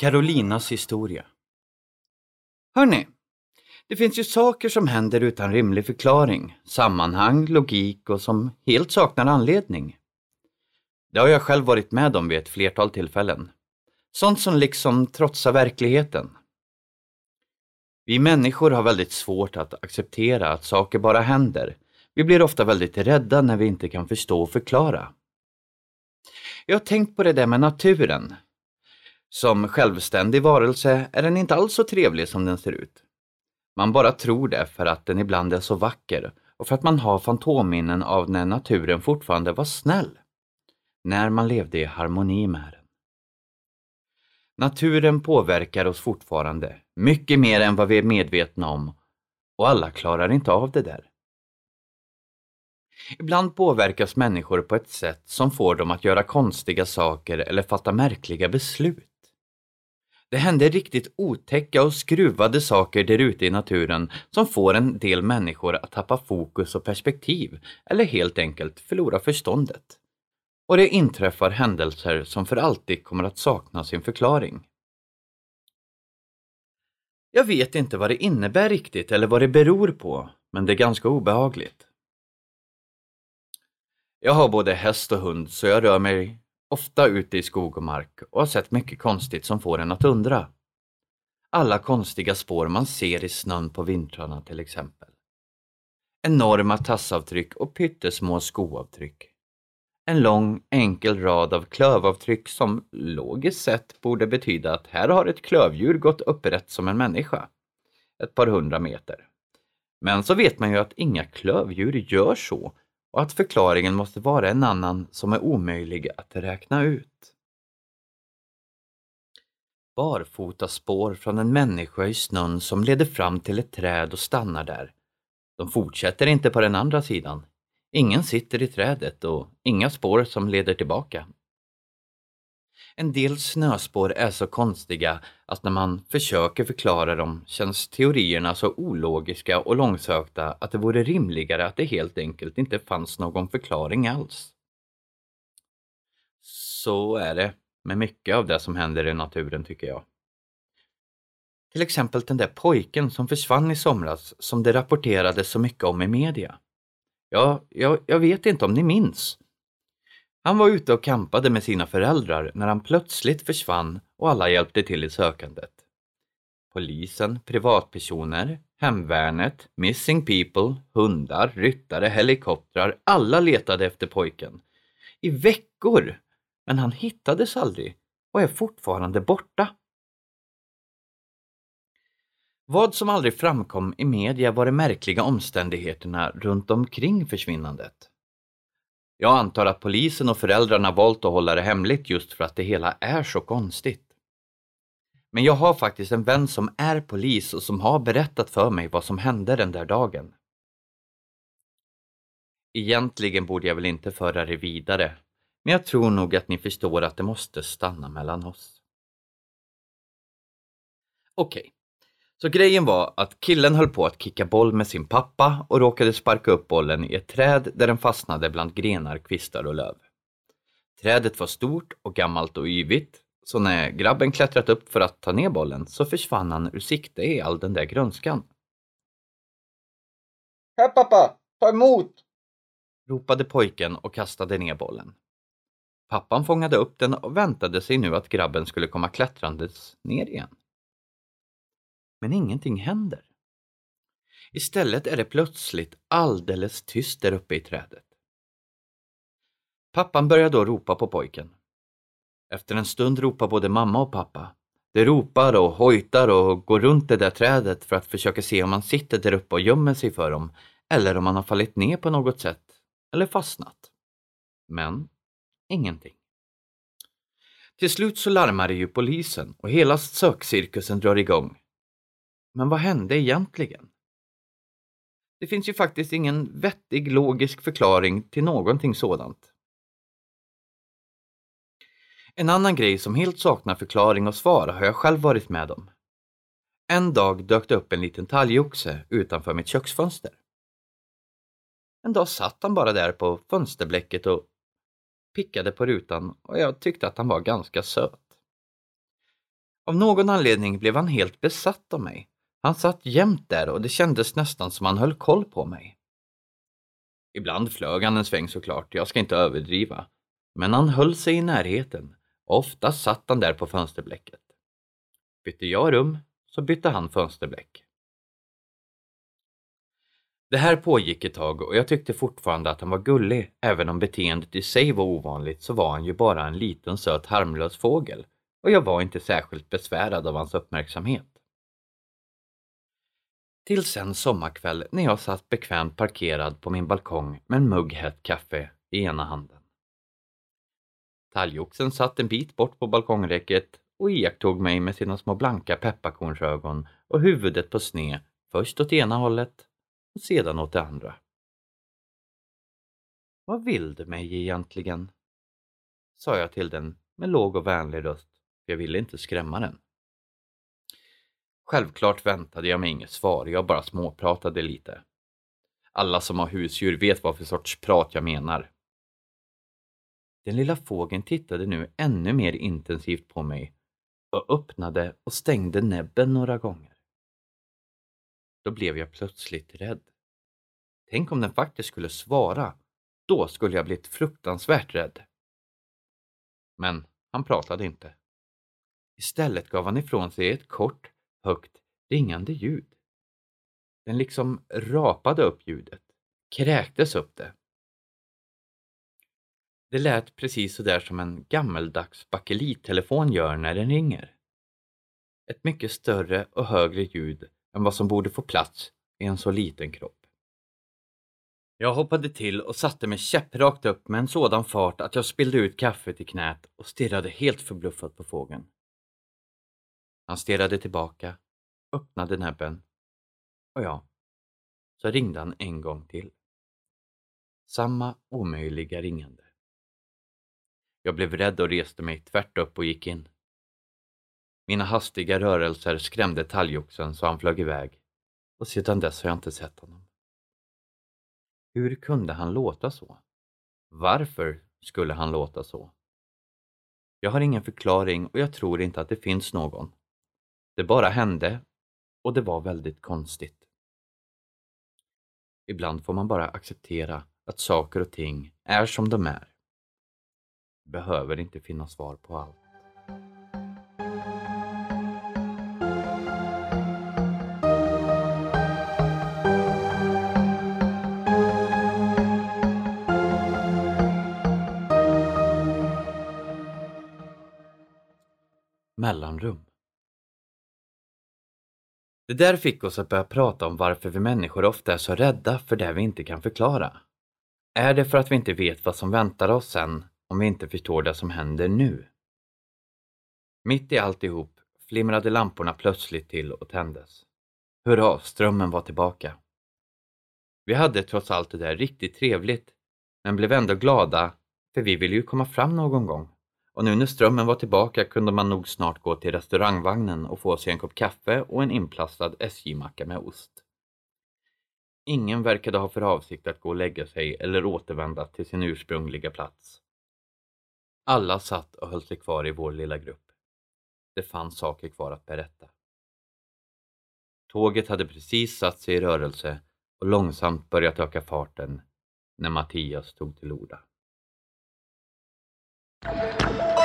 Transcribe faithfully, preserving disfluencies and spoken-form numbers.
Carolinas historia. Hörrni, det finns ju saker som händer utan rimlig förklaring, sammanhang, logik och som helt saknar anledning. Det har jag själv varit med om vid ett flertal tillfällen. Sånt som liksom trotsar verkligheten. Vi människor har väldigt svårt att acceptera att saker bara händer. Vi blir ofta väldigt rädda när vi inte kan förstå och förklara. Jag har tänkt på det där med naturen. Som självständig varelse är den inte alls så trevlig som den ser ut. Man bara tror det för att den ibland är så vacker och för att man har fantomminnen av när naturen fortfarande var snäll. När man levde i harmoni med den. Naturen påverkar oss fortfarande, mycket mer än vad vi är medvetna om, och alla klarar inte av det där. Ibland påverkas människor på ett sätt som får dem att göra konstiga saker eller fatta märkliga beslut. Det händer riktigt otäcka och skruvade saker där ute i naturen som får en del människor att tappa fokus och perspektiv eller helt enkelt förlora förståndet. Och det inträffar händelser som för alltid kommer att sakna sin förklaring. Jag vet inte vad det innebär riktigt eller vad det beror på, men det är ganska obehagligt. Jag har både häst och hund så jag rör mig ofta ute i skog och mark och har sett mycket konstigt som får en att undra. Alla konstiga spår man ser i snön på vintrarna till exempel. Enorma tassavtryck och pyttesmå skoavtryck. En lång enkel rad av klövavtryck som logiskt sett borde betyda att här har ett klövdjur gått upprätt som en människa. Ett par hundra meter. Men så vet man ju att inga klövdjur gör så. Och att förklaringen måste vara en annan som är omöjlig att räkna ut. Barfota spår från en människa i snön som leder fram till ett träd och stannar där. De fortsätter inte på den andra sidan. Ingen sitter i trädet och inga spår som leder tillbaka. En del snöspår är så konstiga att när man försöker förklara dem känns teorierna så ologiska och långsökta att det vore rimligare att det helt enkelt inte fanns någon förklaring alls. Så är det med mycket av det som händer i naturen tycker jag. Till exempel den där pojken som försvann i somras som det rapporterades så mycket om i media. Ja, jag, jag vet inte om ni minns. Han var ute och campade med sina föräldrar när han plötsligt försvann och alla hjälpte till i sökandet. Polisen, privatpersoner, hemvärnet, missing people, hundar, ryttare, helikoptrar, alla letade efter pojken. I veckor, men han hittades aldrig och är fortfarande borta. Vad som aldrig framkom i media var de märkliga omständigheterna runt omkring försvinnandet. Jag antar att polisen och föräldrarna valt att hålla det hemligt just för att det hela är så konstigt. Men jag har faktiskt en vän som är polis och som har berättat för mig vad som hände den där dagen. Egentligen borde jag väl inte föra det vidare, men jag tror nog att ni förstår att det måste stanna mellan oss. Okej, så grejen var att killen höll på att kicka boll med sin pappa och råkade sparka upp bollen i ett träd där den fastnade bland grenar, kvistar och löv. Trädet var stort och gammalt och yvigt, så när grabben klättrat upp för att ta ner bollen så försvann han ur sikte i all den där grönskan. Här pappa, ta emot! Ropade pojken och kastade ner bollen. Pappan fångade upp den och väntade sig nu att grabben skulle komma klättrandes ner igen. Men ingenting händer. Istället är det plötsligt alldeles tyst där uppe i trädet. Pappan börjar då ropa på pojken. Efter en stund ropar både mamma och pappa. De ropar och hojtar och går runt det där trädet för att försöka se om han sitter där uppe och gömmer sig för dem eller om han har fallit ner på något sätt eller fastnat. Men ingenting. Till slut så larmar det ju polisen och hela sökcirkusen drar igång. Men vad hände egentligen? Det finns ju faktiskt ingen vettig logisk förklaring till någonting sådant. En annan grej som helt saknar förklaring och svar har jag själv varit med om. En dag dök det upp en liten talgoxe utanför mitt köksfönster. En dag satt han bara där på fönsterblecket och pickade på rutan och jag tyckte att han var ganska söt. Av någon anledning blev han helt besatt av mig. Han satt jämt där och det kändes nästan som han höll koll på mig. Ibland flög han en sväng såklart, jag ska inte överdriva. Men han höll sig i närheten. Ofta satt han där på fönsterblecket. Bytte jag rum så bytte han fönsterbleck. Det här pågick ett tag och jag tyckte fortfarande att han var gullig. Även om beteendet i sig var ovanligt så var han ju bara en liten söt harmlös fågel. Och jag var inte särskilt besvärad av hans uppmärksamhet. Tills en sommarkväll när jag satt bekvämt parkerad på min balkong med en mugg hett kaffe i ena handen. Talgoxen satt en bit bort på balkongräcket och iakttog mig med sina små blanka pepparkornsögon och huvudet på sne, först åt ena hållet och sedan åt det andra. Vad vill du mig egentligen? Sa jag till den med låg och vänlig röst, för jag ville inte skrämma den. Självklart väntade jag mig inget svar, jag bara småpratade lite. Alla som har husdjur vet vad för sorts prat jag menar. Den lilla fågeln tittade nu ännu mer intensivt på mig och öppnade och stängde näbben några gånger. Då blev jag plötsligt rädd. Tänk om den faktiskt skulle svara, då skulle jag blivit fruktansvärt rädd. Men han pratade inte. Istället gav han ifrån sig ett kort, högt, ringande ljud. Den liksom rapade upp ljudet, kräktes upp det. Det lät precis så där som en gammeldags bakelittelefon gör när den ringer. Ett mycket större och högre ljud än vad som borde få plats i en så liten kropp. Jag hoppade till och satte mig käpprakt upp med en sådan fart att jag spillde ut kaffet i knät och stirrade helt förbluffat på fågeln. Han stirrade tillbaka, öppnade näbben och ja, så ringde han en gång till. Samma omöjliga ringande. Jag blev rädd och reste mig tvärt upp och gick in. Mina hastiga rörelser skrämde talgoxen så han flög iväg och sedan dess har jag inte sett honom. Hur kunde han låta så? Varför skulle han låta så? Jag har ingen förklaring och jag tror inte att det finns någon. Det bara hände och det var väldigt konstigt. Ibland får man bara acceptera att saker och ting är som de är. Det behöver inte finnas svar på allt. Mellanrum. Det där fick oss att börja prata om varför vi människor ofta är så rädda för det vi inte kan förklara. Är det för att vi inte vet vad som väntar oss sen om vi inte förstår det som händer nu? Mitt i alltihop flimrade lamporna plötsligt till och tändes. Hurra, strömmen var tillbaka. Vi hade trots allt det där riktigt trevligt, men blev ändå glada för vi ville ju komma fram någon gång. Och nu när strömmen var tillbaka kunde man nog snart gå till restaurangvagnen och få sig en kopp kaffe och en inplastad S J-macka med ost. Ingen verkade ha för avsikt att gå och lägga sig eller återvända till sin ursprungliga plats. Alla satt och höll sig kvar i vår lilla grupp. Det fanns saker kvar att berätta. Tåget hade precis satt sig i rörelse och långsamt börjat öka farten när Mattias tog till orda.